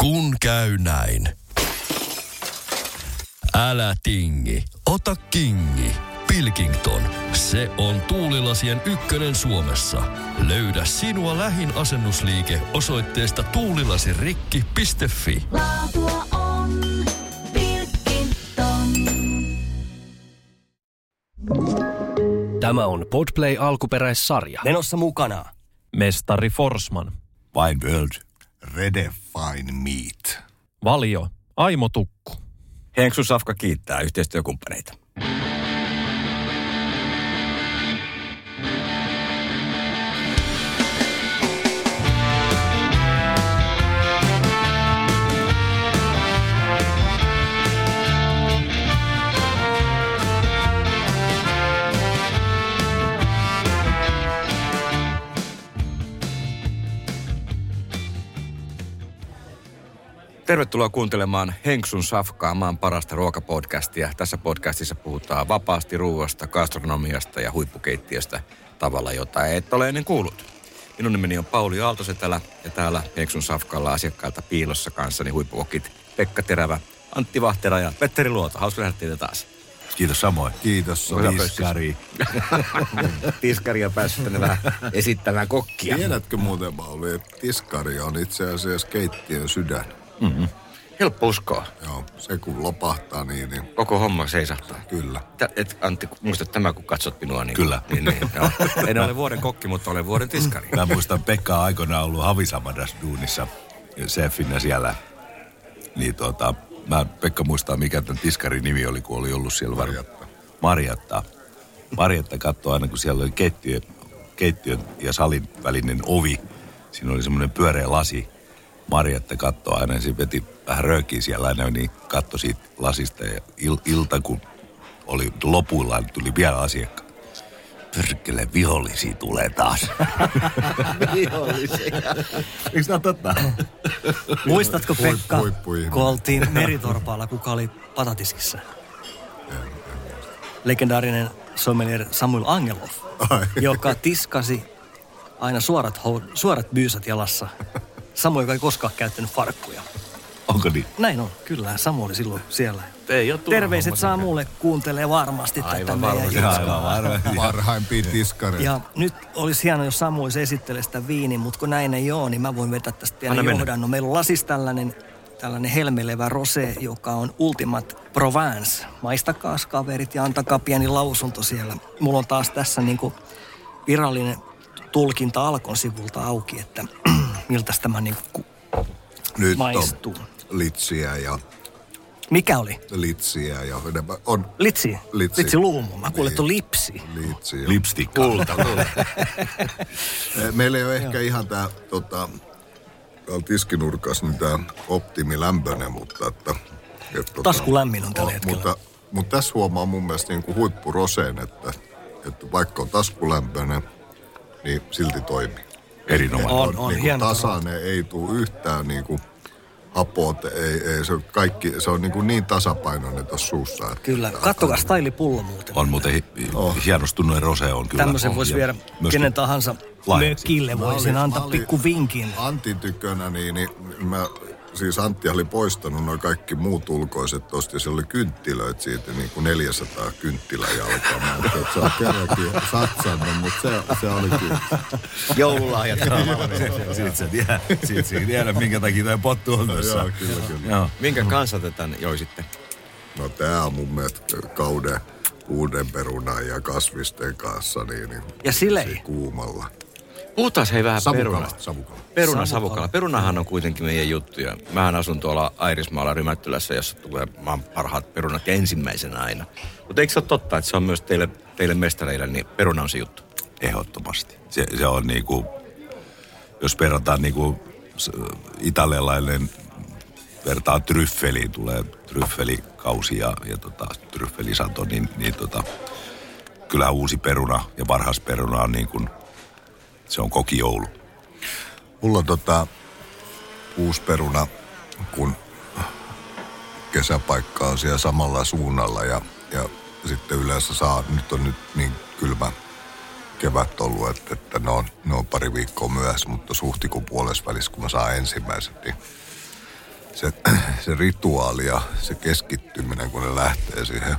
Kun käy näin. Älä tingi, ota kingi. Pilkington, se on tuulilasien ykkönen Suomessa. Löydä sinua lähin asennusliike osoitteesta tuulilasirikki.fi. Laatua on Pilkington. Tämä on Podplay alkuperäissarja. Menossa mukana Mestari Forsman. Wine World, Redefine Meat. Valio, Aimo Tukku. Henksu Safka kiittää yhteistyökumppaneita. Tervetuloa kuuntelemaan Henksun Safkaa, maan parasta ruokapodcastia. Tässä podcastissa puhutaan vapaasti ruuasta, gastronomiasta ja huippukeittiöstä tavalla, jota et ole ennen kuullut. Minun nimeni on Pauli Aaltosetälä ja täällä Henksun Safkalla asiakkailta piilossa kanssani huippukokit Pekka Terävä, Antti Vahtera ja Petteri Luoto. Hauska nähdä teitä taas. Kiitos samoin. Kiitos, tiskari. Tiskari on päässyt tänne vähän esittämään kokkia. Tiedätkö muuten, Pauli, että tiskari on itse asiassa keittiön sydän? Mm-hmm. Helppo uskoa. Joo, se kun lopahtaa niin... Koko homma seisahtaa. Kyllä. Antti, muistat tämä, kun katsot minua? Niin, kyllä. Niin, en ole vuoden kokki, mutta olen vuoden tiskari. Mä muistan, Pekka on aikoinaan ollut Havisamadas duunissa chefinä siellä. Niin Pekka muistaa, mikä tämän tiskarin nimi oli, kun oli ollut siellä Marjatta. Marjatta katsoi aina, kun siellä oli keittiön ja salin välinen ovi. Siinä oli semmoinen pyöreä lasi. Marjatta katsoi aina, se veti vähän röökiä siellä aina, niin katsoi siitä lasista. Ja ilta, kun oli lopuillaan, tuli vielä asiakkaan. Pyrkele, vihollisia tulee taas. Vihollisia. Eikö tämä totta? Muistatko, Pekka, kun oltiin Meritorpaalla, kuka oli patatiskissä? Legendaarinen sommelier Samuel Angelov, joka tiskasi aina suorat byysät jalassa. Samu, joka ei koskaan käyttänyt farkkuja. Onko niin? Näin on, kyllä. Samu oli silloin siellä. Terveiset Samulle, kuuntelee varmasti tätä meidän juttua. Parhaimpia tiskareita. Ja nyt olisi hienoa, jos Samu olisi esittelee sitä viiniä, mutta kun näin ei ole, niin mä voin vetää tästä pienen johdannon. Meillä on lasissa tällainen helmelevä rosé, joka on Ultimate Provence. Maistakaa, kaverit, ja antakaa pieni lausunto siellä. Mulla on taas tässä niinku virallinen tulkinta Alkon sivulta auki, että miltäs tämä niinku nyt maistuu. On litsiä ja... Mikä oli? Litsiä ja... On litsi luumu. Mä kuulen, että on lipsi. Litsi. Lipstikka. Kulta. Meillä ei ole ehkä ihan tää tiskinurkas niin tää optimilämpöinen, mutta että taskulämmin on tällä hetkellä. Mutta tässä huomaa mun mielestä niinku huippuroseen, että vaikka on taskulämpöinen, niin silti toimii. Erinomainen. On niinku hieno. Tasainen, ei tule yhtään niinku hapot, ei se kaikki, se on niin tasapainoinen tuossa suussa. Että kyllä, kattokaa stylipullo muuten. On muuten hienostunut rose on kyllä. Tämmöisen voisi viedä kenen tahansa mökille, voisin antaa pikku vinkin. Antin tykönä, niin mä, siis Antti oli poistanut nuo kaikki muut ulkoiset tosta ja se oli kynttilöitä siitä, niin kuin 400 kynttiläjalkaa. Mä ajattelin, että se on kerrankin satsannut, mutta se oli kyllä. Joululahjat. Sitten tiedä, minkä takia toi pottu on tässä. Joo, kyllä. Joo. Minkä kanssa te tän joisitte? No tää on mun mielestä kauden uuden perunan ja kasvisten kanssa, niin ja silei. Kuumalla. Puhutaan hei vähän perunasta. Savukala. Perunahan on kuitenkin meidän juttu. Ja mähän asun tuolla Airismaalla Rymättylässä, jossa tulee maan parhaat perunat ja ensimmäisenä aina. Mutta eikö se ole totta, että se on myös teille mestareille, niin peruna on se juttu? Ehdottomasti. Se on niinku, jos verrataan niinku italialainen vertaa tryffeliin, tulee tryffelikausi ja tryffelisato, niin kyllä uusi peruna ja varhaisperuna on niin kuin, se on kokijoulu. Mulla on uusi peruna, kun kesäpaikka on siellä samalla suunnalla ja sitten yleensä nyt on niin kylmä kevät ollut, että ne on pari viikkoa myöhässä, mutta huhtikuun puolessa välissä, kun mä saan ensimmäiset, niin se rituaali ja se keskittyminen, kun ne lähtee siihen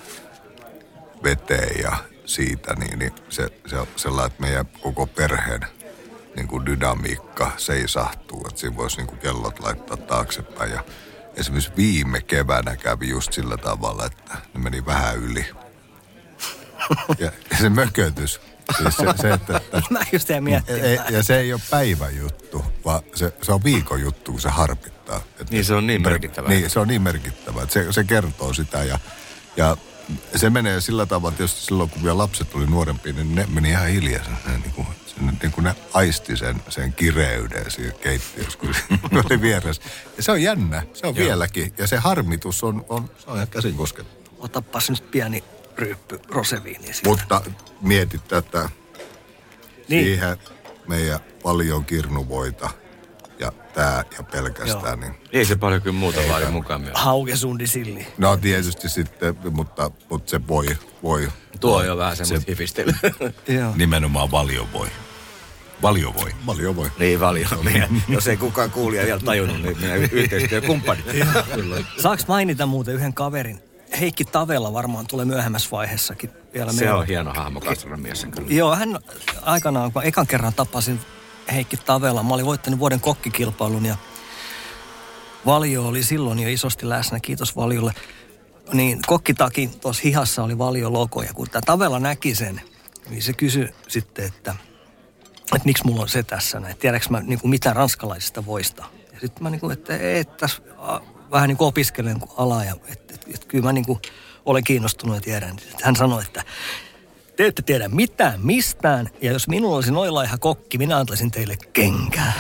veteen ja siitä, niin se on sellainen, että meidän koko perheen niin kuin dynamiikka seisahtuu, että siinä voisi niin kuin kellot laittaa taaksepäin. Ja esimerkiksi viime keväänä kävi just sillä tavalla, että ne meni vähän yli. Ja se mökötys, siis se että mä just jäin miettimään. Ja se ei ole päivän juttu, vaan se on viikon juttu, kun se harpittaa. Niin se on niin merkittävää. Niin, se on niin merkittävää, että se kertoo sitä ja se menee sillä tavalla, että jos silloin kun vielä lapset oli nuorempia, niin ne meni ihan hiljaa. Niin kuin ne aisti sen kireyden siinä keittiössä, kun oli vieressä. Ja se on jännä, se on vieläkin. Ja se harmitus on ihan käsin koskettava. Otappas nyt pieni ryyppy roseviiniä. Mutta mietit tätä. Niin. Siihen meidän paljon kirnuvoita ja tää ja pelkästään. Niin ei se paljon kyllä muuta vaadi mukaan myös. Haukesundisilli. No tietysti sitten, mutta se voi. Tuo on jo vähän semmoista hifistelyä. Nimenomaan valiovoi. Valiovoi. Niin, valiovoi. Jos ei kukaan kuulija vielä tajunnut, niin meidän yhteistyökumppani. Saaks mainita muuten yhden kaverin? Heikki Tavela varmaan tulee myöhemmässä vaiheessakin vielä. Se on hieno hahmo gastronomiassa. Joo, hän aikanaan, kun ekan kerran tapasin Heikki Tavela, mä olin voittanut vuoden kokkikilpailun ja Valio oli silloin jo isosti läsnä, kiitos Valiolle. Niin kokkitakin tuossa hihassa oli Valio-logo ja kun tämä Tavela näki sen, niin se kysyi sitten, että miksi mulla on se tässä näin, tiedätkö mä niin kuin mitään ranskalaisista voista. Ja sitten mä niin kuin, että vähän niin kuin opiskelen alaa ja että kyllä mä niin kuin olen kiinnostunut ja tiedän. Hän sanoi, että te ette tiedä mitään mistään ja jos minulla olisi noin laiha kokki, minä antaisin teille kenkää.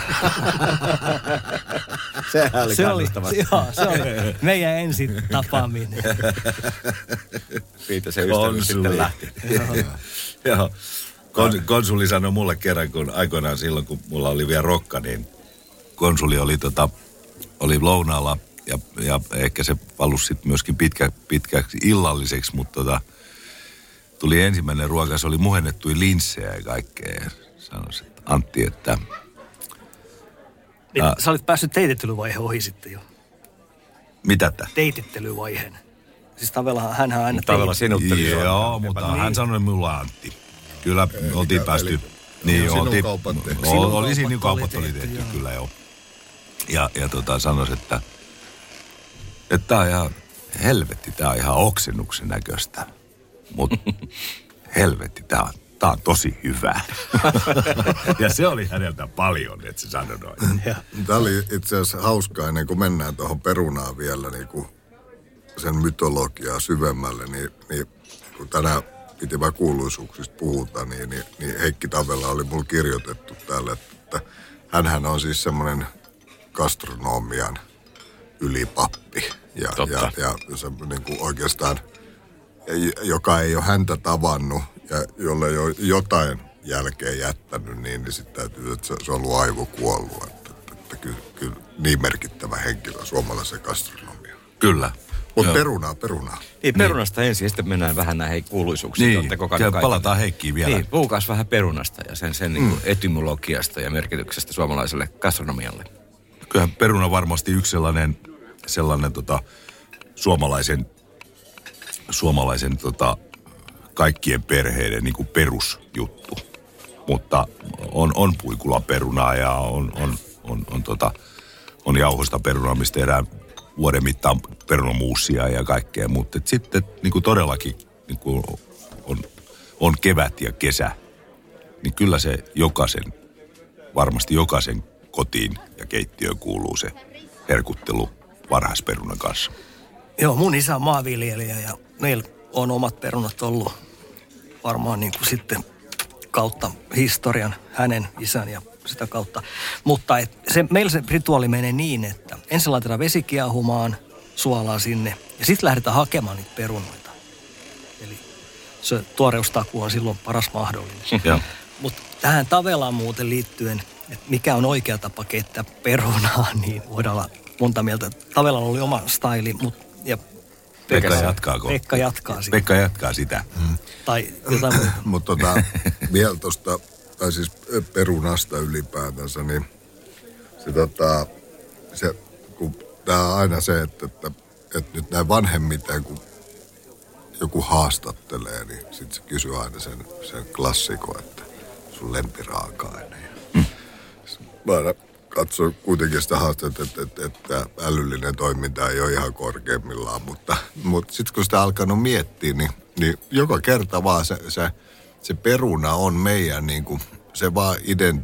Sehän oli kannustavasti. Joo, se oli meidän ensin tapaaminen. Siitä se ystävyys sitten lähti. Joo. Konsuli sanoi mulle kerran, kun aikoinaan silloin, kun mulla oli vielä rokka, niin konsuli oli lounaalla ja ehkä se valusi sitten myöskin pitkäksi illalliseksi, mutta tuli ensimmäinen ruoka, se oli muhennettuja linssejä ja kaikkea. Sanoisin, että Antti, että niin, sä olit päässyt teitittelyvaiheen ohi sitten jo. Mitä tämä? Teitittelyvaiheen. Siis Tavelahan, hänhän aina Tavela sinutteli. Joo, mutta hän sanoi minulle Antti. Kyllä oltiin päästy. Niin, oli sinukaupat oli tehty, kyllä joo. Ja sanoisi, että tää on ihan helvetti, tää on ihan oksennuksen näköistä. Mutta helvetti, tää on tosi hyvä. Ja se oli häneltä paljon, että se sanoi noin. Tämä oli itse asiassa hauskaa, ennen kuin mennään tuohon perunaan vielä niin kuin sen mytologiaa syvemmälle, niin kun tänään pitivä kuuluisuuksista puhutaan, niin Heikki Tavela oli mulla kirjoitettu täällä, että hänhän on siis semmoinen gastronomian ylipappi. Ja se niin kuin oikeastaan, joka ei ole häntä tavannut ja jolle ei ole jotain jälkeen jättänyt, niin sitten täytyy, että se on ollut aivokuollut. Että kyllä niin merkittävä henkilö suomalaisen gastronomiaan. Kyllä. Mutta perunaa. Niin, perunasta ensin ja sitten mennään vähän näihin kuuluisuuksiin. Niin, palataan Heikkiin vielä. Niin, puhukaas vähän perunasta ja sen niin kuin etymologiasta ja merkityksestä suomalaiselle gastronomialle. Kyllähän peruna varmasti yksi sellainen suomalaisen kaikkien perheiden niin kuin perusjuttu. Mutta on puikulaperunaa ja on jauhosta perunaa, mistä tehdään vuoden mittaan perunamuusia ja kaikkea. Mutta sitten niin kuin todellakin niin kuin on kevät ja kesä, niin kyllä se varmasti jokaisen kotiin ja keittiöön kuuluu se herkuttelu varhaisperunan kanssa. Joo, mun isä on maanviljelijä ja meillä on omat perunat ollut varmaan niin kuin sitten kautta historian, hänen isän ja sitä kautta. Mutta meillä se rituaali menee niin, että ensin laitetaan vesi kiehumaan, suolaa sinne ja sitten lähdetään hakemaan niitä perunoita. Eli se tuoreustakuu on silloin paras mahdollinen. Mutta tähän Tavelaan muuten liittyen, että mikä on oikea tapa keittää perunaa, niin voidaan olla monta mieltä. Tavelalla oli oma staili, ja Pekka jatkaako? Pekka jatkaa sitä. Pekka jatkaa sitä. Tai jotain muuta. Mutta vielä tuosta, tai siis perunasta ylipäätänsä, niin se kun tää on aina se, että nyt näin vanhemmiten, kun joku haastattelee, niin sitten se kysyy aina sen klassikon, että sun lempiraaka-aine. Mä aina katson kuitenkin sitä haastetta, että älyllinen toiminta ei ole ihan korkeimmillaan, mutta sitten kun sitä alkanut miettiä, niin joka kerta vaan se peruna on meidän niin kuin, se vaan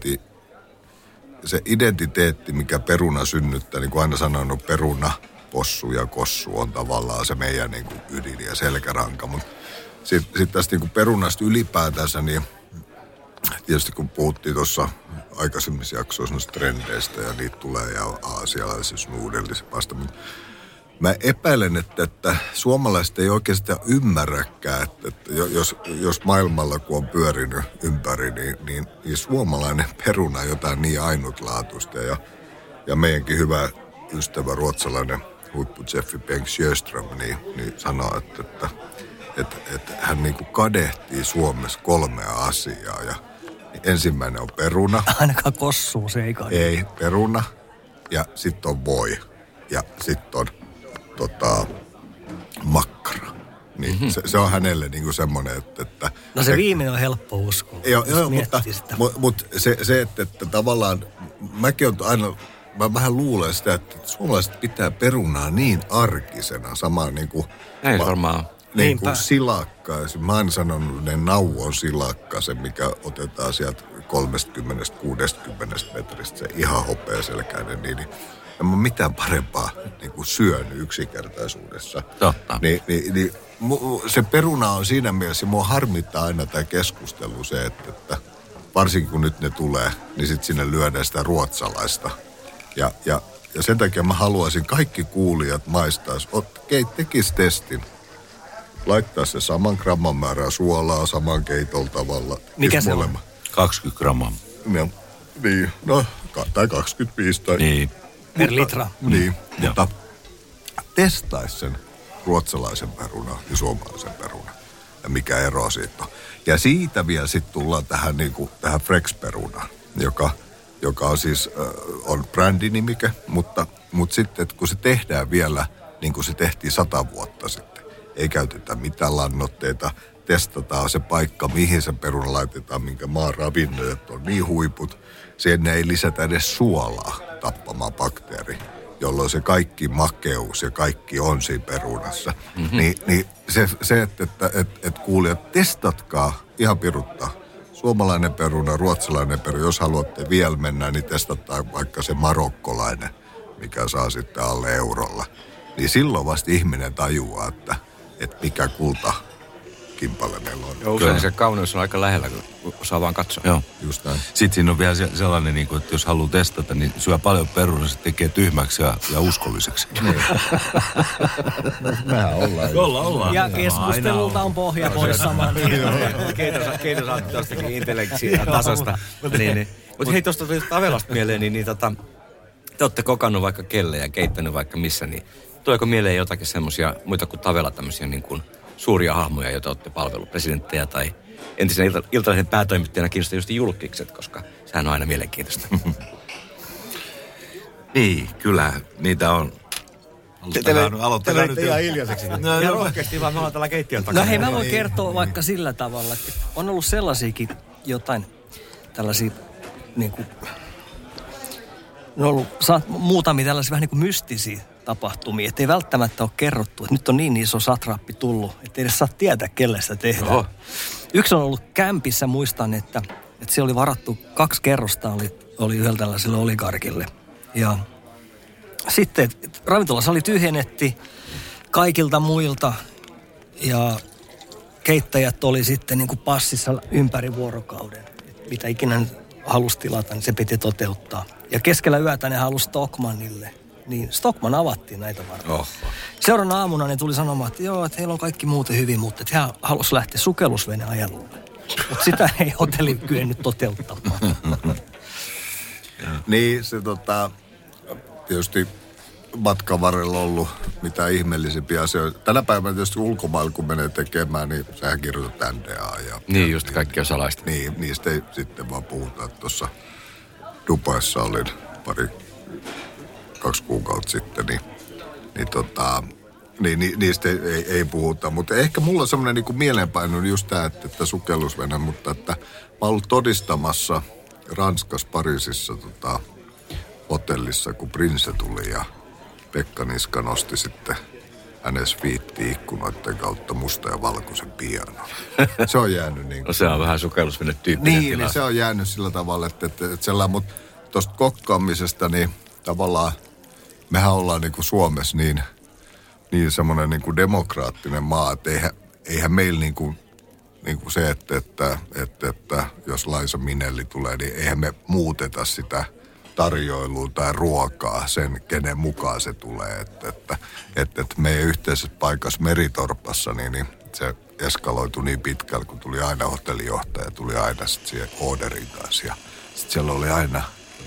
se identiteetti, mikä peruna synnyttää, niin kuin aina sanonut, peruna, possu ja kossu on tavallaan se meidän niin kuin ydin ja selkäranka. Mutta sitten tästä niin kuin perunasta ylipäätänsä, niin tietysti kun puhuttiin tuossa aikaisemmissa jaksoissa noista trendeistä ja niitä tulee ja aasialaisissa nuudellisesta, mutta mä epäilen, että suomalaiset ei oikeastaan ymmärräkään, että jos maailmalla kun on pyörinyt ympäri, niin suomalainen peruna on jotain niin ainutlaatuista. Ja meidänkin hyvä ystävä, ruotsalainen huippujeffi Bengt Sjöström, niin sanoo, että hän niinku kadehtii Suomessa 3 asiaa. Ja ensimmäinen on peruna. Ainakaan kossuu se ei kadehti. Ei, peruna. Ja sitten on voi. Ja sitten on makkara. Niin se on hänelle niinku semmoinen, että... No se viimeinen on helppo uskoa. Joo, mutta se, että tavallaan mäkin on aina... Mä vähän luulen sitä, että suomalaiset pitää perunaa niin arkisena, samaan niinku... Ei varmaan. Niin kuin silakka. Mä oon sanonut, ne nauon silakka, se mikä otetaan sieltä 30-60 metristä, se ihan hopeaselkäinen, niin en mä mitään parempaa niin kuin syönyt yksinkertaisuudessa. Totta. Niin, se peruna on siinä mielessä, mua harmittaa aina tämä keskustelu se, että varsinkin kun nyt ne tulee, niin sitten sinne lyödään sitä ruotsalaista. Ja sen takia mä haluaisin kaikki kuulijat maistaisi, tekisi testin. Laittaa se saman gramman määrää suolaa saman keitolla tavalla. Mikä se on? 20 grammaa. No, niin, tai 25 tai... Niin. Per litra. Niin, mutta testaisi sen ruotsalaisen perunan ja suomalaisen perunan. Ja mikä ero siitä on. Ja siitä vielä sitten tullaan tähän, niinku, tähän Frex-perunaan, joka on siis on brändinimike, mutta sitten, että kun se tehdään vielä niin kuin se tehtiin 100 vuotta sitten, ei käytetä mitään lannoitteita, testataan se paikka, mihin se peruna laitetaan, minkä maan ravinnot on niin huiput, sen ei lisätä edes suolaa tappamaan bakteeri, jolloin se kaikki makeus ja kaikki on siinä perunassa. Niin se että kuulijat, testatkaa ihan piruttaa. Suomalainen peruna, ruotsalainen peruna, jos haluatte vielä mennä, niin testataan vaikka se marokkolainen, mikä saa sitten alle eurolla. Niin silloin vasta ihminen tajuaa, että mikä kultakimpale meillä on. Joo, usein se kauneus on aika lähellä, kun saa vaan katsoa. Joo. Just näin. Sitten siinä on vielä sellainen, että jos haluaa testata, niin syö paljon perunaa, se tekee tyhmäksi ja uskolliseksi. Mehän ollaan. Ollaan. Ja keskustelulta on pohja pois saman. Kiitos Antti tuostakin intellektsiä tasosta. Niin. Mutta hei, tuosta tuli Tavelasta mieleen, niin te olette kokannut vaikka kelle ja keittänyt vaikka missä, niin tuleeko mieleen jotakin semmoisia muita kuin Tavela tämmöisiä niin kuin suuria hahmoja, joita olette palvellut, presidenttejä tai entisen Iltalehden päätoimittajana kiinnostaa just julkikset, koska sehän on aina mielenkiintoista. Niin, kyllä, niitä on. Aloittakaa nyt ihan hiljaiseksi. Ja rohkeasti vaan me ollaan täällä keittiön takana. No hei, mä voin kertoa vaikka sillä tavalla, että on ollut sellaisiakin jotain tällaisia niin kuin, on ollut muutamia tällaisia vähän niin kuin mystisiä tapahtumia, ettei välttämättä ole kerrottu, että nyt on niin iso satraappi tullut, ettei edes saa tietää, kelle sitä tehdään. Oho. Yksi on ollut kämpissä, muistan, että se oli varattu 2 kerrosta, oli yhdellä tällaiselle oligarkille. Ja sitten ravintolasali tyhjennetti kaikilta muilta ja keittäjät oli sitten niin kuin passissa ympäri vuorokauden. Mitä ikinä nyt halusi tilata, niin se piti toteuttaa. Ja keskellä yötä ne halusi Stockmannille. Niin Stockmann avattiin näitä varten. Seuraavana aamuna ne tuli sanomaan, että joo, että heillä on kaikki muuten hyvin, mutta että he halusi lähteä sukellusveneajelulle. Mutta sitä ei hotelli kyennyt toteuttamaan. Niin, se tietysti matkan varrella ollut mitä ihmeellisempiä asioita. Tänä päivänä tietysti ulkomailla, kun menee tekemään, niin sähän kirjoitat NDA. Niin, just kaikki on salaista. Niin, niistä ei sitten vaan puhuta. Tuossa Dubaissa olin pari 2 kuukautta sitten, niin niistä ei puhuta. Mutta ehkä mulla on semmoinen niin mieleenpaino just tämä, että sukellusvene, mutta että mä oon ollut todistamassa Ranskassa, Pariisissa hotellissa, kun Prince tuli ja Pekka Niska nosti sitten hänen sviittiin ikkunoiden kautta musta ja valkoisen pianon. Se on jäänyt niin kuin... No se on vähän sukellusvene-tyyppinen tila. Niin se on jäänyt sillä tavalla, että sellainen, mutta tuosta kokkaamisesta, niin tavallaan mehän ollaan niin kuin Suomessa niin semmoinen niin kuin demokraattinen maa, että eihän meillä niin kuin se, että jos Laisa Minelli tulee, niin eihän me muuteta sitä tarjoilua tai ruokaa sen, kenen mukaan se tulee. Että meidän yhteisessä paikassa Meritorpassa, niin se eskaloitui niin pitkälle, kun tuli aina hotellijohtaja, tuli aina sitten siihen orderin kanssa. Ja sitten siellä oli aina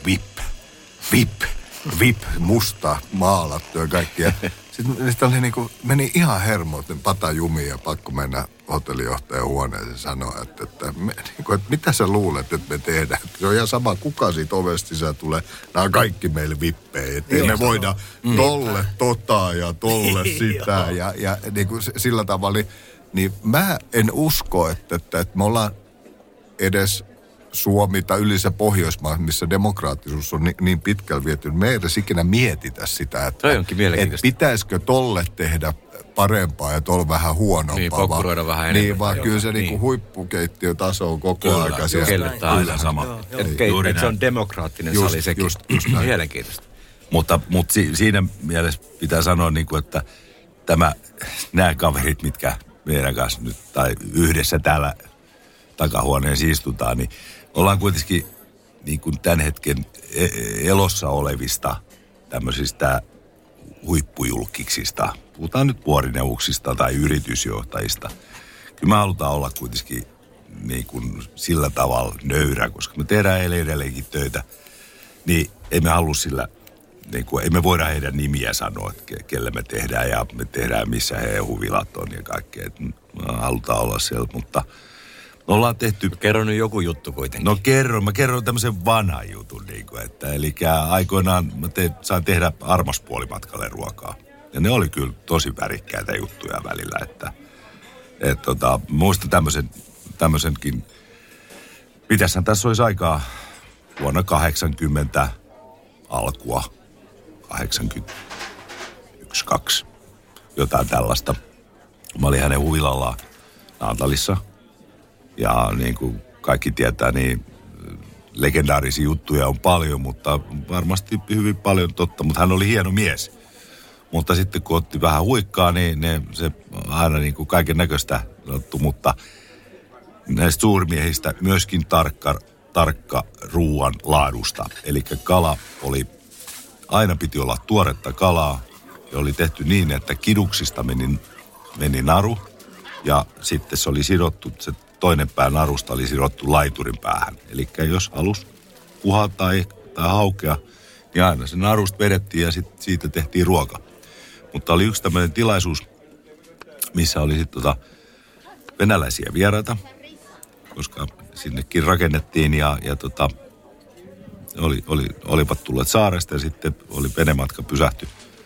VIP, musta maalattu ja kaikkia. Sitten oli meni ihan hermoit, pata jumiin ja pakko mennä hotellijohtajan huoneeseen sanoa, että mitä sä luulet, että me tehdään. Se on ihan sama, kuka siitä ovesta sisään tulee. Nämä on kaikki meille vippejä. Että me voida tolle ja tolle sitä. Ja niin kuin sillä tavalla, niin mä en usko, että me ollaan edes Suomi tai yleensä Pohjoismaa, missä demokraattisuus on niin pitkällä viety. Me ei edes ikinä mietitä sitä, että pitäisikö tolle tehdä parempaa ja tolle vähän huonompaa. Niin, pokkuroida vähän enemmän. Niin, vaan kyllä se niin huippukeittiötaso on koko ajan. Kellettää aina sama. Että se on demokraattinen sali sekin. Just mielenkiintoista. Mutta siinä mielessä pitää sanoa, että nämä kaverit, mitkä meidän kanssa nyt tai yhdessä täällä takahuoneessa istutaan, niin ollaan kuitenkin niin kuin tämän hetken elossa olevista tämmöisistä huippujulkiksista. Puhutaan nyt vuorineuvoksista tai yritysjohtajista. Kyllä me halutaan olla kuitenkin niin kuin sillä tavalla nöyrä, koska me tehdään edelleenkin töitä, niin ei me halua sillä, niin kuin, ei me voida heidän nimiä sanoa, että kelle me tehdään ja me tehdään missä heidän huvilat on ja kaikkea. Me halutaan olla siellä, mutta me ollaan tehty... Kerro nyt joku juttu kuitenkin. No mä kerron tämmöisen vanhan jutun, eli aikoinaan mä sain tehdä Armaspuolimatkalle ruokaa. Ja ne oli kyllä tosi värikkäitä juttuja välillä, että muistan tämmöisenkin, mitäshän tässä olisi aikaa vuonna 80 alkua, 81, 2, jotain tällaista. Mä olin hänen huvilallaan Naantalissa. Ja niin kuin kaikki tietää, niin legendaarisia juttuja on paljon, mutta varmasti hyvin paljon totta. Mutta hän oli hieno mies. Mutta sitten kun otti vähän huikkaa, niin se aina niin kuin kaiken näköistä sanottu. Mutta näistä suurmiehistä myöskin tarkka ruuan laadusta. Eli kala aina piti olla tuoretta kalaa. Ja oli tehty niin, että kiduksista meni naru. Ja sitten se oli sidottu, se toinen pää narusta oli sidottu laiturin päähän. Eli jos halus puhaa tai haukea, niin aina se narusta vedettiin ja sitten siitä tehtiin ruoka. Mutta oli yksi tämmöinen tilaisuus, missä oli sitten venäläisiä vieraita, koska sinnekin rakennettiin ja olivat tulleet saaresta ja sitten oli venematka pysähty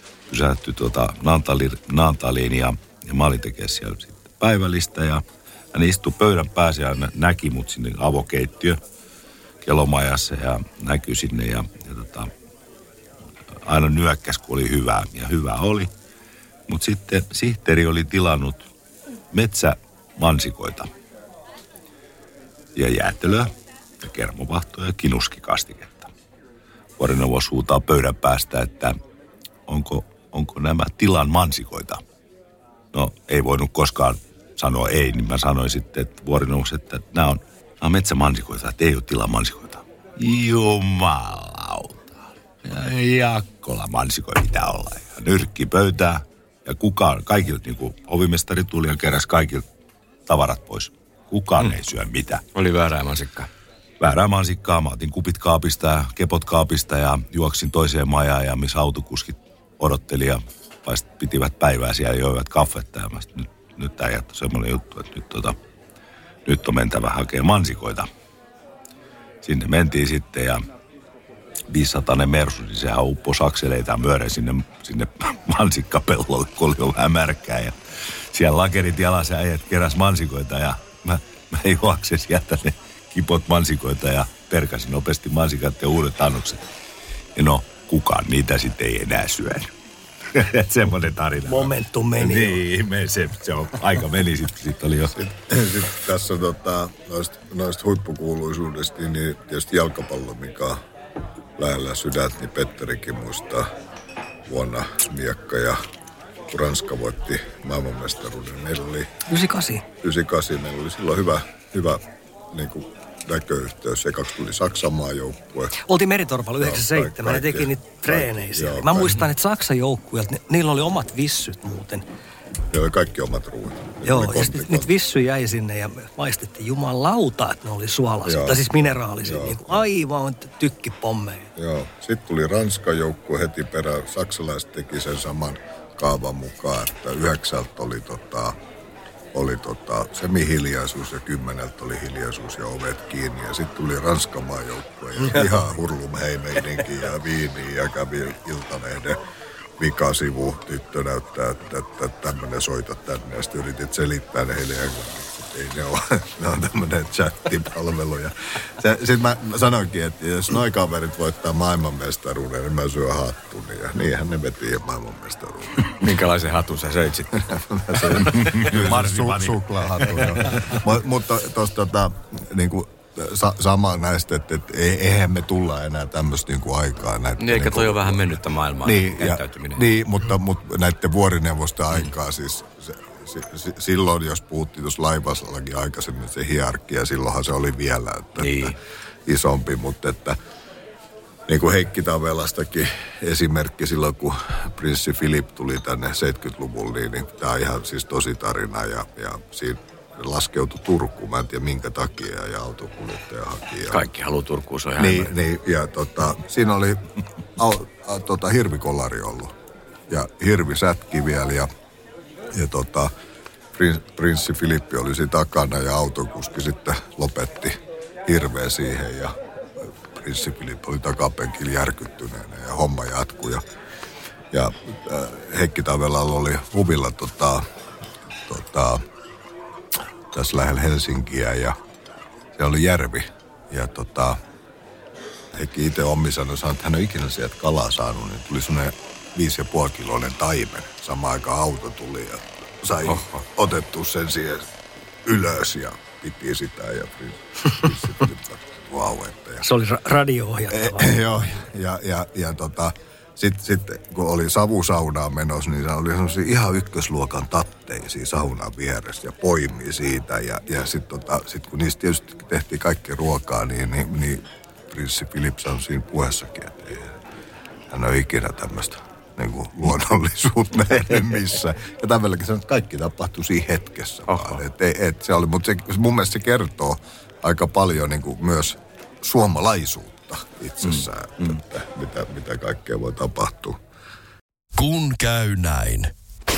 Naantaliin ja mä olin tekemään siellä sitten päivällistä ja hän istui pöydän päässä ja näki mut sinne avokeittiö kelomajassa ja näkyi sinne ja aina nyökkäs, kun oli hyvää ja hyvää oli. Mutta sitten sihteeri oli tilannut metsämansikoita ja jäätelöä ja kermovahtoa ja kinuskikastiketta. Vuorineuvos huutaa pöydän päästä, että onko nämä tilan mansikoita? No ei voinut koskaan sanoa ei, niin mä sanoin sitten, että vuorineuvos, että nämä on metsämansikoita, että ei ole tilan mansikoita. Jumalauta. Ja Jaakkola mansikoita pitää olla. Ja nyrkki pöytää ja kaikilta niin kuin hovimestari tuli ja keräsi kaikilta tavarat pois. Kukaan ei syö mitään. Oli väärää mansikkaa. Väärää mansikkaa. Mä otin kupit kaapista ja kepot kaapista ja juoksin toiseen majaan ja missä autokuskit odotteli ja pitivät päivää siellä ja joivat kaffetta. Ja mä nyt äijät on semmoinen juttu, että nyt on mentävä hakemaan mansikoita. Sinne mentiin sitten ja 500 Mersu, niin sehän upposi akseleita myöden sinne mansikkapellolle, kun oli jo vähän märkää. Ja siellä lakerit jalassa ja äijät keräs mansikoita ja mä juoksen sieltä ne kipot mansikoita ja perkasin nopeasti mansikat ja uudet annokset. Ja no, kukaan niitä sitten ei enää syönyt. Semmoinen tarina. Momentum meni. Niin, se on, aika meni sitten oli jo. Sitten tässä noista huippukuuluisuudesta, niin tietysti jalkapallo, mikä on lähellä sydäntä, niin Petterikin muistaa vuonna miekka ja kun Ranska voitti maailmanmestaruuden. Meillä oli 98, meillä oli silloin hyvä niin kuin näköyhteys. Ekaksi tuli Saksan maajoukkue. Oltiin Meritorpalla 97, ne teki niitä treeneisiä. Mä muistan, että Saksan joukkueelta, niillä oli omat vissyt muuten. Ne oli kaikki omat ruuat. Joo, ja sitten nyt vissy jäi sinne ja maistettiin jumalauta, että ne oli suolaisia. Tai siis mineraalisia, niin kuin aivan tykkipommeja. Joo, sitten tuli Ranskan joukkue heti perään. Saksalaiset teki sen saman kaavan mukaan, että 9 oli semihiljaisuus ja 10 oli hiljaisuus ja ovet kiinni. Ja sitten tuli Ranskan maajoukkue ja ihan hurlumheimeininki ja viiniä ja kävi Iltalehden vikasivu. Tyttö näyttää, että tämmöinen soita tänne. Ja sitten yritit selittää heille englanniksi. Ei ne ole. Ne on tämmöinen chattipalvelu. Sitten mä sanoinkin, että jos noi kaverit voittaa maailmanmestaruuden, niin mä syön hattuni. Ja niinhän ne veti maailmanmestaruuden. Minkälaisen hatun sä söit sitten? Suklaahatun. Mutta tuosta niinku sama näistä, että eihän me tulla enää tämmöistä niinku aikaa. Niin, eikä toi ole vähän mennyttä maailmaa käyttäytyminen. Niin, mutta näiden vuorineuvosten aikaa siis silloin, jos puhuttiin tuossa Laivasallakin aikaisemmin se hierarkia, silloinhan se oli vielä että isompi, mutta että niin kuin Heikki Tavelastakin esimerkki silloin, kun prinssi Filip tuli tänne 70-luvulla, niin tämä on ihan siis tosi tarina ja siinä laskeutui Turkuun, mä en tiedä minkä takia ja autokuljettaja haki. Kaikki haluaa Turkuun, se on niin, ja siinä oli hirvikollari ollut ja hirvi sätki vielä ja prinssi Filippi oli siinä takana ja autokuski sitten lopetti hirveä siihen ja prinssi Filippi oli takapenkillä järkyttyneenä ja homma jatkui. Ja Heikki Tavelalla oli huvilla tässä lähellä Helsinkiä ja se oli järvi. Ja Heikki itse ommi sanoi, että hän on ikinä sieltä kalaa saanut, niin tuli semmoinen 5,5-kiloinen taimen. Samaan aikaan auto tuli ja sai otettua sen siihen ylös ja piti sitä ja prinssi wow, se oli radio-ohjattava. Joo, ja sitten kun oli savusaunaan menossa, niin se oli sellaisia ihan ykkösluokan tatteisia saunan vieressä ja poimii siitä. Ja sitten kun niistä tietysti tehtiin kaikki ruokaa, niin prinssi Filip sanoi siinä puheessakin, että ei, hän on ikinä tämmöistä niin luonnollisuutta nähnyt missään. Ja tämänkin sanoi, että kaikki tapahtui siinä hetkessä vaan. Se oli, mutta mun mielestä se kertoo aika paljon niin kuin myös suomalaisuutta itsessään, että mitä kaikkea voi tapahtua. Kun käy näin.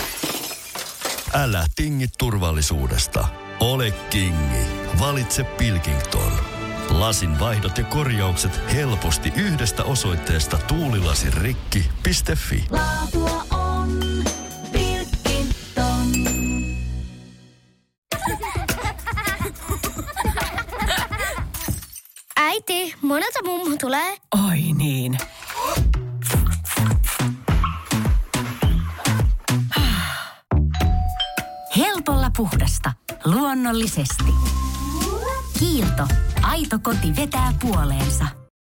Älä tingi turvallisuudesta. Ole kingi. Valitse Pilkington. Lasin vaihdot ja korjaukset helposti yhdestä osoitteesta tuulilasirikki.fi. Laatua on Pilkington. Äiti, monelta mummu tulee? Oi niin. Helpolla puhdasta. Luonnollisesti. Kiilto. Aito koti vetää puoleensa.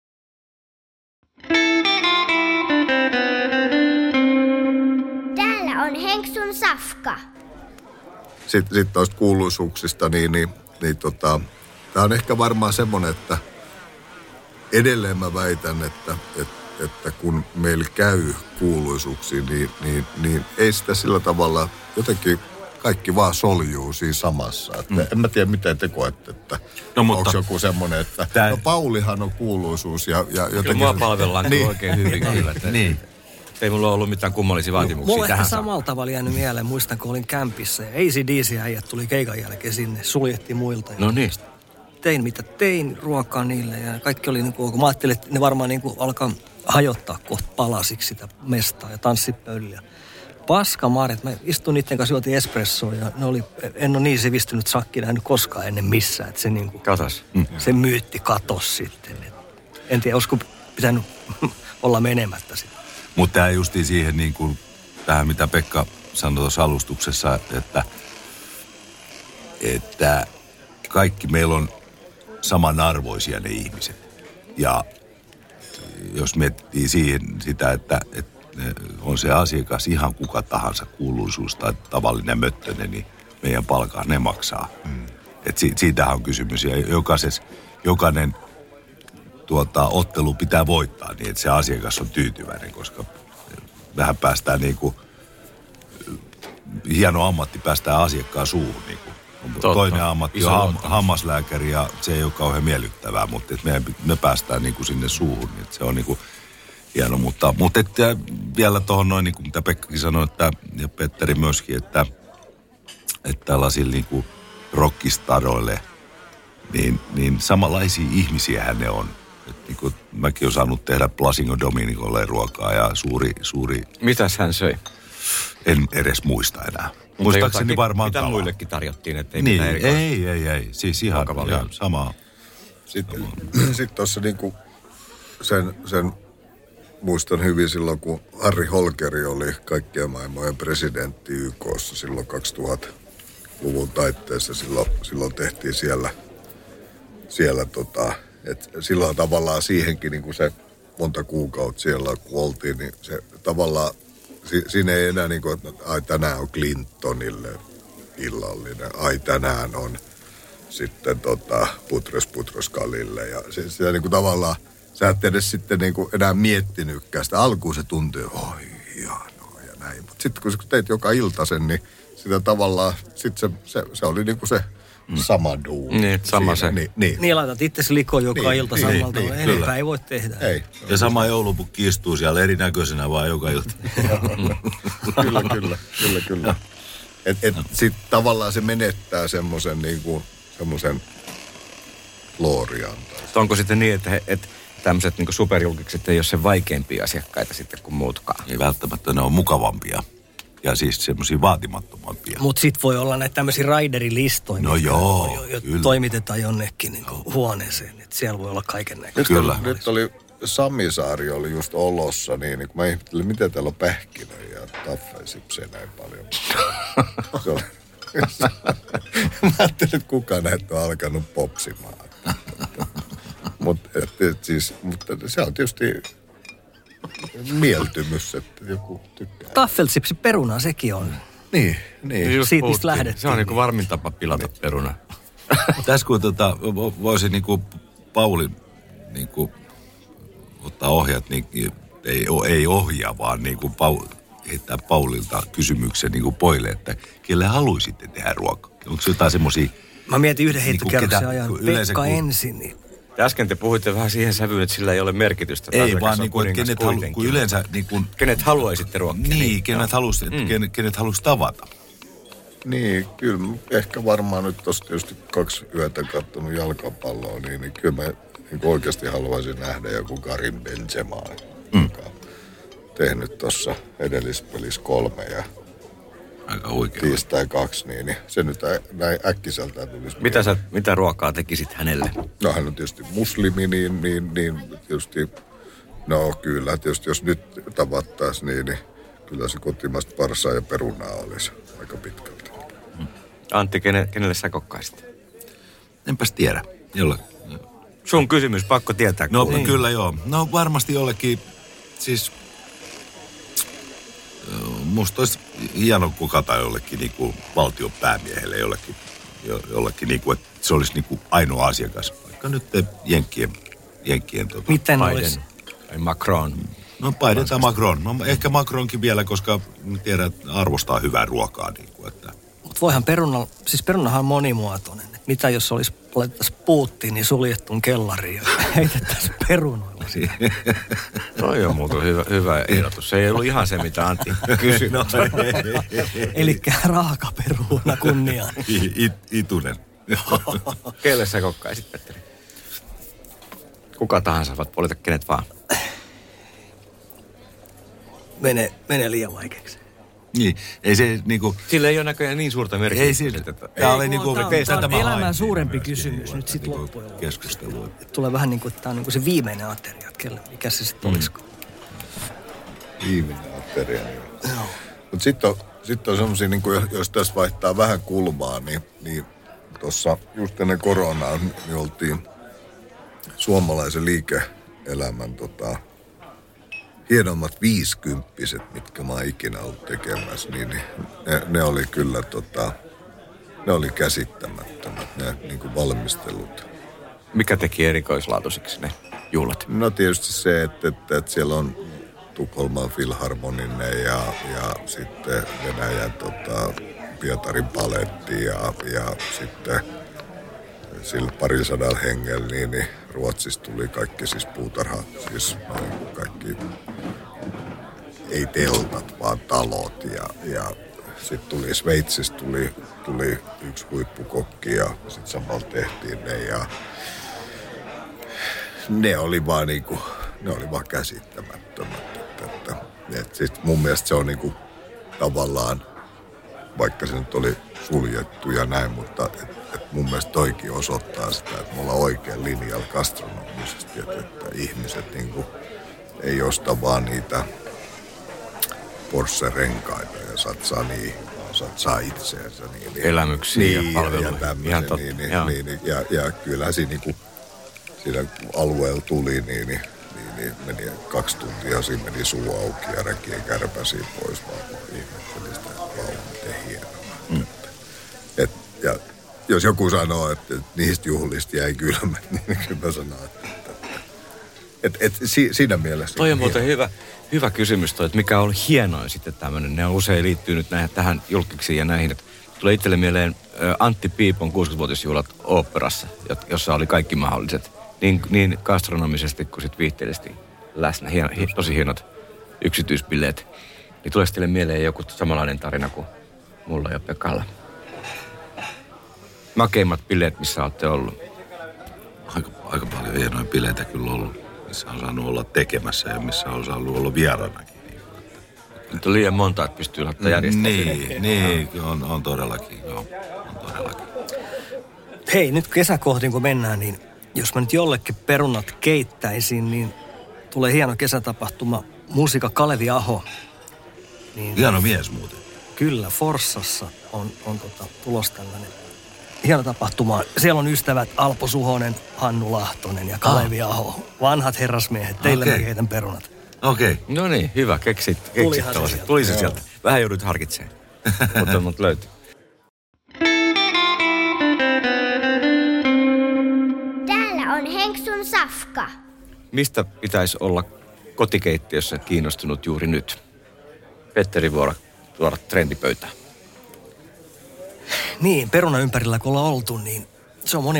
Täällä on Henksun safka. Sitten noista kuuluisuuksista, niin tämä on ehkä varmaan semmoinen, että edelleen mä väitän, että kun meillä käy kuuluisuuksiin, niin ei sitä sillä tavalla jotenkin kaikki vaan soljuu siinä samassa. Että en mä tiedä, miten te koette, että onko joku semmoinen, että Paulihan on kuuluisuus ja jotenkin... Kyllä mua palvellaan oikein hyvin kyllä. Niin. Ei mulla ollut mitään kummallisia vaatimuksia mulla tähän. Mulla ehkä samalla tavalla jäänyt mieleen, muistan kun olin kämpissä ja AC/DC-äijät tuli keikan jälkeen sinne, suljettiin muilta. No niin. tein mitä tein, ruokaa niille ja kaikki oli niin kuin, mä ajattelin, että ne varmaan niin kuin alkaa hajottaa kohta palasiksi sitä mestaa ja tanssipöyliä. Paskamaarit, mä istuin niiden kanssa, juotin espressoa ja en ole niin sivistynyt sakki nähnyt koskaan ennen missään, että se niin kuin, se myytti katos sitten. En tiedä, olisiko pitänyt olla menemättä sitä. Mutta tämä justiin siihen niin kuin, tähän mitä Pekka sanoi tuossa alustuksessa, että kaikki meillä on samanarvoisia ne ihmiset. Ja jos miettii sitä, että on se asiakas ihan kuka tahansa, kuuluisuus tai tavallinen möttönen, niin meidän palkaa ne maksaa. Et siitähän on kysymys. Ja jokainen ottelu pitää voittaa niin, että se asiakas on tyytyväinen, koska vähän päästään niinku, hieno ammatti päästään asiakkaan suuhun niinku. Toinen ammatti on hammaslääkäri ja se ei ole kauhean miellyttävää, mutta me päästään niinku sinne suuhun, niin se on niinku hieno. Mutta vielä tuohon noin, niin mitä Pekkakin sanoi, ja Petteri myöskin, että tällaisille niinku rockistaroille, niin samanlaisia ihmisiähän ne on. Niin mäkin olen saanut tehdä Plasingo Dominicolle ruokaa ja suuri... Mitäs hän söi? En edes muista enää. Muistaakseni varmaan mitä muillekin tarjottiin, ettei niin, mitään erikoista. Ei. Siis ihan samaa. Sitten tuossa niinku sen muistan hyvin silloin, kun Harri Holkeri oli kaikkien maailmojen presidentti YK:ssa silloin 2000-luvun taitteessa. Silloin tehtiin siellä että silloin tavallaan siihenkin niin kuin se monta kuukautta siellä kun oltiin, niin se tavallaan siinä ei enää niin kuin, että ai tänään on Clintonille illallinen, ai tänään on sitten Putros Kalille ja se niin kuin tavallaan sä et edes sitten niin kuin enää miettinytkään sitä. Alkuun se tuntui, oi hienoa ja näin, mutta sitten kun teit joka iltaisen, niin sitä tavallaan sitten se oli niin kuin se sama duuni. Niin, sama se. Niin laitat itsesi likoon joka ilta samalta. Enempää ei voi tehdä. Ei. Ja sama joulupukki istuu siellä erinäköisenä vaan joka ilta. Kyllä. Sitten tavallaan se menettää semmoisen niinku, semmoisen gloorian. Onko sitten niin, että tämmöiset niinku superjulkikset ei ole sen vaikeampia asiakkaita sitten kuin muutkaan? Ei välttämättä, ne on mukavampia. Ja siis semmoisia vaatimattomampia. Mutta sit voi olla näitä tämmöisiä raiderilistoja. No joo, kyllä. Toimitetaan jonnekin niinku huoneeseen. Että siellä voi olla kaiken näköistä. Kyllä. Nyt oli Sami Saari oli just Olossa, niin kun mä ihmettelin, miten täällä on pähkinöjä ja taffelsipsejä näin paljon. Mä ajattelin, että kukaan näitä on alkanut popsimaan. Mutta se on tietysti mieltymys, että joku tykkää. Taffelsipsi perunaa sekin on. Niin. Siitä mistä lähdettiin. Se on niinku varmin tapa pilata peruna. Tässä kun voisi niinku Paulin niinku ottaa ohjat, niin ei ohjaa, vaan niinku heittää Paulilta kysymyksen niinku poille, että kelle haluaisitte tehdä ruokaa? Onko jotain semmosia... Mä mietin yhden heittokierroksen ajan. Pekka ensin. Niin. Äsken te puhuitte vähän siihen sävyyn, että sillä ei ole merkitystä. Ei vaan niinku, kun yleensä... Niinku, kenet haluaisitte ruokkia? Niin, kenet haluaisi tavata. Niin, kyllä ehkä varmaan nyt tuossa tietysti 2 yötä katsonut jalkapalloa, niin kyllä mä niin oikeasti haluaisin nähdä joku Karim Benzema, joka on tehnyt tuossa edellispelissä 3 ja aika huikea. Tiistai 2, niin se nyt näin äkkiseltään tulisi. Mitä ruokaa tekisit hänelle? No hän on tietysti muslimi, niin tietysti, no kyllä, tietysti jos nyt tavattaisiin, niin kyllä se kotimaista parsaa ja perunaa olisi aika pitkälti. Antti, kenelle sä kokkaisit? Enpäs tiedä. Sun kysymys, pakko tietää. No niin. Kyllä joo. No varmasti jollekin, siis musta olisi hieno kokata jollekin niinku valtion päämiehelle, jollekin niinku, että se olisi niinku ainoa asiakas. Vaikka nyt Jenkkien miten Biden olisi? Tai Macron. No Biden tai Macron. No ehkä Macronkin vielä, koska tiedän, että arvostaa hyvää ruokaa. Niinku, että. Mutta voihan perunahan on monimuotoinen. Et mitä jos olisi laitettaisiin Putinin suljettuun kellariin ja heitettäisiin perunoilla siihen? Toi on muuten hyvä ehdotus. Se ei ollut ihan se, mitä Antti kysyi. Elikkä raakaperuna kunniaan. Itunen. Kelle sä kokkaisit, Petteri? Kuka tahansa, voit valita kenet vaan. Mene liian vaikeaksi. Niin, ei se niinku... Sillä ei ole näköjään niin suurta merkitystä. Tämä oli niinku... Tämä on elämän suurempi kysymys nyt sit loppujen lopuksi. Keskustelua. Tulee vähän niin kuin, että tämä on niin kuin se viimeinen ateria, että mikä se sitten olisiko. Viimeinen ateria. Mutta sitten on semmoisia, niin jos tässä vaihtaa vähän kulmaa, niin tuossa just ennen koronaa niin oltiin suomalaisen liike-elämän hienommat 50-vuotiaat, mitkä mä oon ikinä ollut tekemässä, niin ne oli kyllä ne oli käsittämättömät, ne niin kuin valmistelut. Mikä teki erikoislaatuisiksi ne juhlat? No tietysti se, että siellä on Tukholman Filharmoninen ja sitten Venäjän Pietarin paletti ja sitten sillä 200 hengellä niin Ruotsista tuli kaikki siis puutarha, siis kaikki ei teltat, vaan talot ja sitten tuli Sveitsistä tuli yksi huippukokki ja sitten samalla tehtiin ne ja ne oli vaan käsittämättömät. Että sit mun mielestä se on niinku tavallaan, vaikka se nyt oli suljettu ja näin, mutta mun mielestä toikin osoittaa sitä, että me ollaan oikein linjalla gastronomisesti, että ihmiset niinku ei osta vaan niitä Porsche-renkaita ja satsaa niihin, satsaa itseensä. Elämyksiä ja palveluja. Ja kyllähän siinä alueella tuli, niin meni 2 tuntia, siinä meni suu auki ja räkien kärpäsiä pois, vaan ihmettelin sitä, miten hienoa. Ja jos joku sanoo, että niistä juhlista jäi kylmät, niin kyllä mä sanon, että siinä mielessä... Toi on muuten hyvä kysymys toi, että mikä on hienoin sitten tämmöinen. Ne on usein liittynyt tähän julkiksiin ja näihin. Että tulee itselle mieleen Antti Piipon 60-vuotisjuhlat oopperassa, jossa oli kaikki mahdolliset. Niin gastronomisesti kuin sitten viihteellisesti läsnä. Tosi hienot yksityisbileet. Niin tulee teille mieleen joku samanlainen tarina kuin mulla ja Pekalla. Makeimmat bileet, missä olette ollut? Aika paljon hienoja bileitä kyllä ollut, missä on saanut olla tekemässä ja missä on saanut olla vieraanakin. Nyt on liian monta, että pystyy laittaa järjestämään. Niin, on todellakin. Joo, on todellakin. Hei, nyt kesäkohtiin kun mennään, niin jos mä nyt jollekin perunat keittäisin, niin tulee hieno kesätapahtuma. Musiikka Kalevi Aho. Niin, hieno mies muuten. Kyllä, Forssassa on tulos tällainen hieno tapahtuma. Siellä on ystävät Alpo Suhonen, Hannu Lahtonen ja Kalevi Aho. Vanhat herrasmiehet, teille mä keitän perunat. Okei. No niin, hyvä, keksit tällaiset. Tuli se sieltä. Vähän joudut harkitsemaan, mutta löytyy. Täällä on Henksun safka. Mistä pitäisi olla kotikeittiössä kiinnostunut juuri nyt? Petteri vuoro tuoda trendipöytään. Niin, peruna ympärillä kun ollaan oltu, niin se on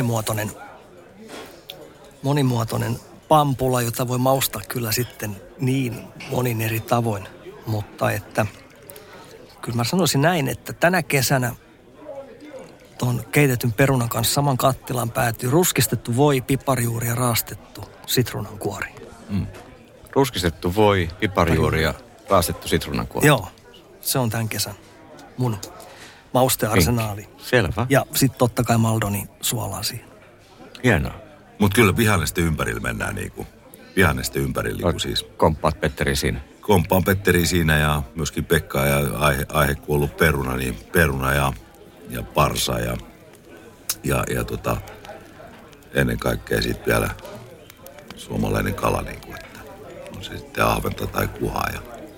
monimuotoinen pampula, jota voi maustaa kyllä sitten niin monin eri tavoin. Mutta että kyllä mä sanoisin näin, että tänä kesänä ton keitetyn perunan kanssa saman kattilan päätyy ruskistettu voi, piparjuuri ja raastettu sitruunankuori. Ruskistettu voi, piparjuuri ja raastettu sitruunankuori. Joo, se on tämän kesän mun maustearsenaali. Selvä. Ja sitten totta kai Maldonin suolaa siihen. Hienoa. Mutta kyllä vihannesten ympärillä mennään niinku. Vihannesten ympärillä niinku siis. Komppaat Petteri siinä. Komppaan Petteri siinä ja myöskin Pekka ja aihe kun on ollut peruna, niin peruna ja parsa ja ennen kaikkea sitten vielä suomalainen kala niinku, että on se sitten ahventa tai kuhaa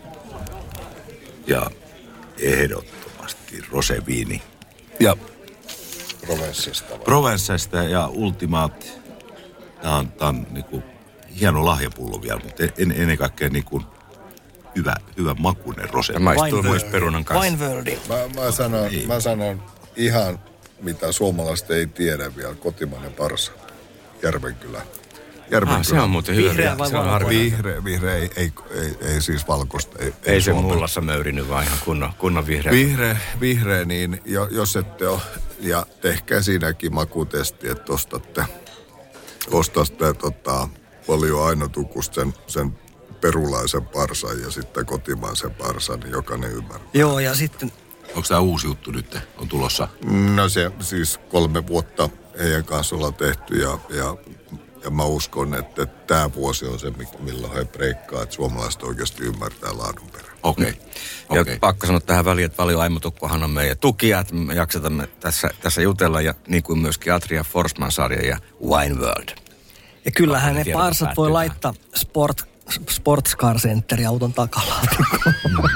ja ehdottomasti roseviini. Ja Provensesta ja Ultimaat. Tämä on niinku hieno lahjapullo vielä, mutta ennen kaikkea niinku hyvä makuinen rose. Ja maistuu myös perunan kanssa. Wineworldi. Mä sanon ihan mitä suomalaiset ei tiedä vielä, kotimainen parsa. Järvenkylä. Järvenkylän. Se on muuten hyvä. Vihreä vai Vihreä, ei siis valkoista. Ei se mullassa möyrinyt, vaan ihan kunnon vihreä. Vihreä, niin jos ette ole, ja tehkää siinäkin makutesti, että ostatte paljon Ainotukusta sen perulaisen parsan ja sitten kotimaisen parsan, niin jokainen ymmärtää. Joo, ja sitten... Onko tämä uusi juttu nyt? On tulossa? No se siis 3 vuotta heidän kanssa ollaan tehty ja mä uskon, että tämä vuosi on se, milloin he breikkaa, että suomalaiset oikeasti ymmärtää laadun perään. Okei. Ja pakko sanoa tähän väliin, että Valio Aimo-tukkohan on meidän tukijat. Me jaksetamme tässä jutella, ja niin kuin myöskin Atria Forsman-sarja ja Wine World. Ja kyllähän ne parsat voi laittaa Sports Car Centerin auton takalaatikkoon.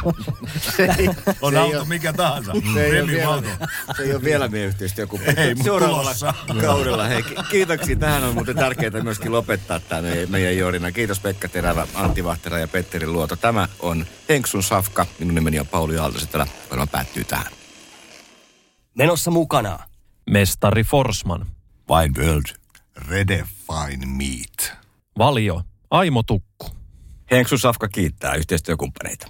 On auto mikä tahansa. Se ei ole vielä meidän yhteistyö, ei, seuraavalla kaudella. Hei, kiitoksia. Tähän on muuten tärkeää myöskin lopettaa tämä meidän Jorina. Kiitos Pekka Terävä, Antti Vahtera ja Petteri Luoto. Tämä on Henksun Safka. Minun nimeni on Pauli Aaltonen. Tällä ohjelma päättyy tähän. Menossa mukana Mestari Forsman. Wine World. Redefine Meat. Valio Aimo-tukku. Henksun Safka kiittää yhteistyökumppaneita.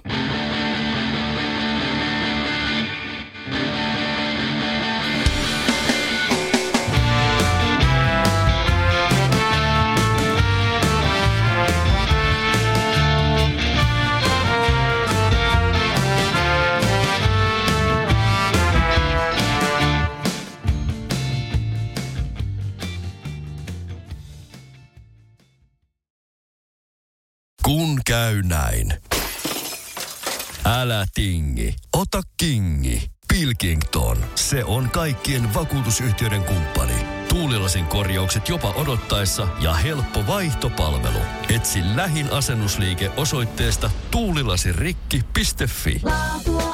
Kun käy näin. Älä tingi, ota kingi. Pilkington, se on kaikkien vakuutusyhtiöiden kumppani. Tuulilasin korjaukset jopa odottaessa ja helppo vaihtopalvelu. Etsi lähin asennusliike osoitteesta tuulilasirikki.fi. Laatua